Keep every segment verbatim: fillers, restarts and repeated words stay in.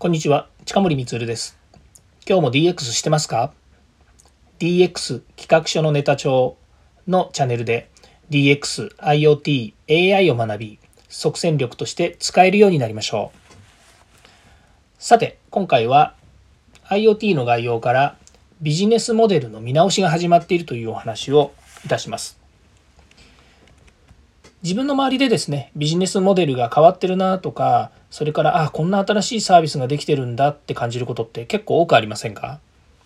こんにちは、近森光です。今日も ディーエックス してますか？ ディーエックス 企画書のネタ帳のチャンネルで ディーエックス、アイオーティー、エーアイ を学び、即戦力として使えるようになりましょう。さて、今回は アイオーティー の概要からビジネスモデルの見直しが始まっているというお話をいたします。自分の周りでですね、ビジネスモデルが変わってるなとか、それからあこんな新しいサービスができてるんだって感じることって結構多くありませんか？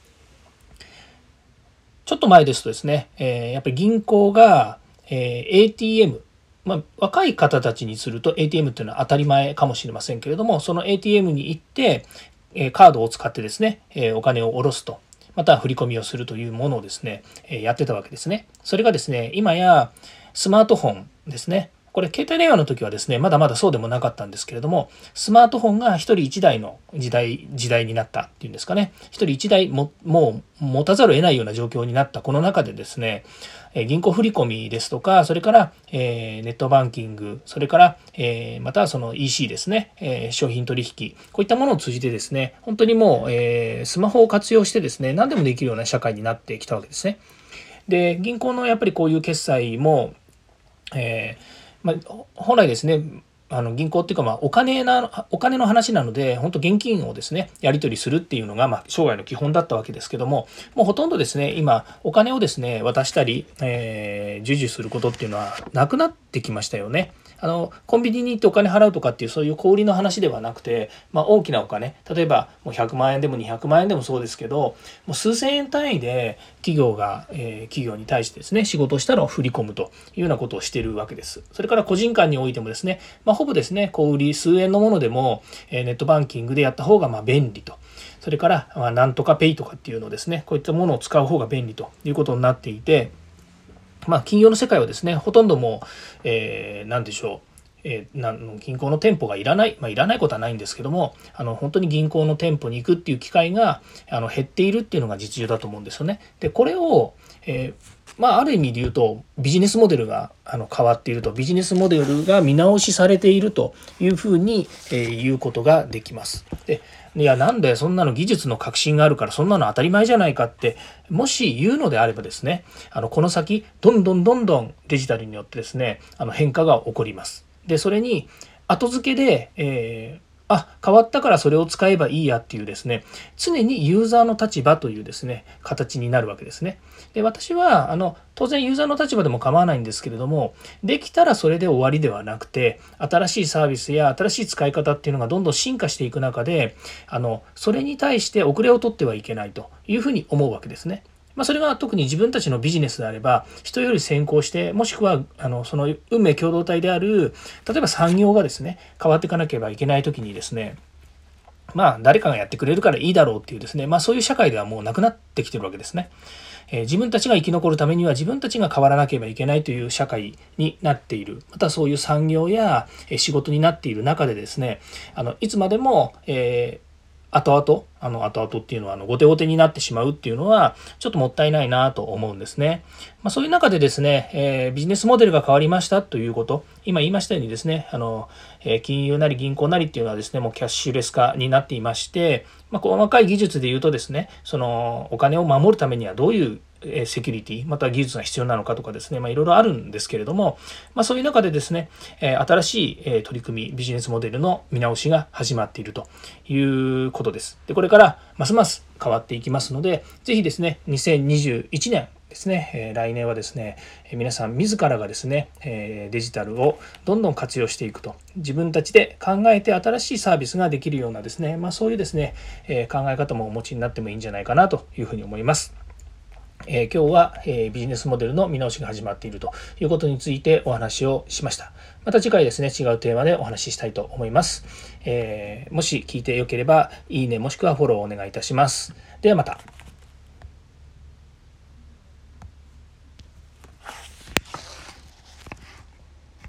ちょっと前ですとですね、えーやっぱり銀行が、えー エーティーエム、まあ、若い方たちにすると エーティーエム っていうのは当たり前かもしれませんけれども、その エーティーエム に行って、えーカードを使ってですね、えーお金を下ろすと、または振り込みをするというものをですね、えーやってたわけですね。それがですね、今やスマートフォンですね。これ携帯電話の時はですね、まだまだそうでもなかったんですけれども、スマートフォンが一人一台の時代時代になったっていうんですかね。一人一台ももう持たざるを得ないような状況になったこの中でですね、銀行振込ですとか、それから、えー、ネットバンキング、それから、えー、またはその イーシー ですね、えー、商品取引、こういったものを通じてですね、本当にもう、えー、スマホを活用してですね、何でもできるような社会になってきたわけですね。で、銀行のやっぱりこういう決済も、えーまあ、本来ですね、あの銀行っていうか、まあ、お金な、お金の話なので、本当現金をですね、やり取りするっていうのが、まあ、生涯の基本だったわけですけども、もうほとんどですね、今、お金をですね、渡したり、えー、授受することっていうのはなくなってきましたよね。あの、コンビニに行ってお金払うとかっていう、そういう小売りの話ではなくて、まあ、大きなお金、例えばもうひゃくまんえんでもにひゃくまんえんでもそうですけど、もう数千円単位で企業が、えー、企業に対してですね、仕事をしたら振り込むというようなことをしているわけです。それから個人間においてもですね、まあ、ほぼですね、小売り数円のものでも、えー、ネットバンキングでやった方がまあ便利と。それから、まあ、なんとかペイとかっていうのをですね、こういったものを使う方が便利ということになっていて、まあ、金融の世界はですね、ほとんどもう、えー、何でしょう、えー、なん銀行の店舗がいらない、まあ、いらないことはないんですけども、あの本当に銀行の店舗に行くっていう機会があの減っているっていうのが実情だと思うんですよね。で、これを、えーまあ、ある意味で言うとビジネスモデルがあの変わっていると、ビジネスモデルが見直しされているというふうに、えー、言うことができます。で、いやなんでそんなの技術の革新があるからそんなの当たり前じゃないかってもし言うのであればですね、あのこの先どんどんどんどんデジタルによってですね、あの変化が起こります。で、それに後付けで、えーあ、変わったからそれを使えばいいやっていうですね、常にユーザーの立場というですね、形になるわけですね。で、私は、あの、当然ユーザーの立場でも構わないんですけれども、できたらそれで終わりではなくて、新しいサービスや新しい使い方っていうのがどんどん進化していく中で、あの、それに対して遅れを取ってはいけないというふうに思うわけですね。まあ、それが特に自分たちのビジネスであれば人より先行して、もしくはあのその運命共同体である例えば産業がですね変わっていかなければいけない時にですね、まあ誰かがやってくれるからいいだろうっていうですね、まあそういう社会ではもうなくなってきてるわけですね。えー、自分たちが生き残るためには自分たちが変わらなければいけないという社会になっている、またそういう産業や仕事になっている中でですね、あのいつまでも、えー後々、あの後々っていうのはあの後手後手になってしまうっていうのはちょっともったいないなと思うんですね。まあ、そういう中でですね、えー、ビジネスモデルが変わりましたということ、今言いましたようにですね、あの、えー、金融なり銀行なりっていうのはですね、もうキャッシュレス化になっていまして、まあ、細かい技術で言うとですね、そのお金を守るためにはどういうセキュリティ、また技術が必要なのかとかですね、まあ、いろいろあるんですけれども、まあ、そういう中でですね、新しい取り組み、ビジネスモデルの見直しが始まっているということです。で、これからますます変わっていきますので、ぜひですね、にせんにじゅういちねんですね、来年はですね、皆さん自らがですね、デジタルをどんどん活用していくと、自分たちで考えて新しいサービスができるようなですね、まあ、そういうですね、考え方もお持ちになってもいいんじゃないかなというふうに思います。えー、今日は、えー、ビジネスモデルの見直しが始まっているということについてお話をしました。また次回ですね、違うテーマでお話ししたいと思います。えー、もし聞いてよければ、いいねもしくはフォローをお願いいたします。ではまた。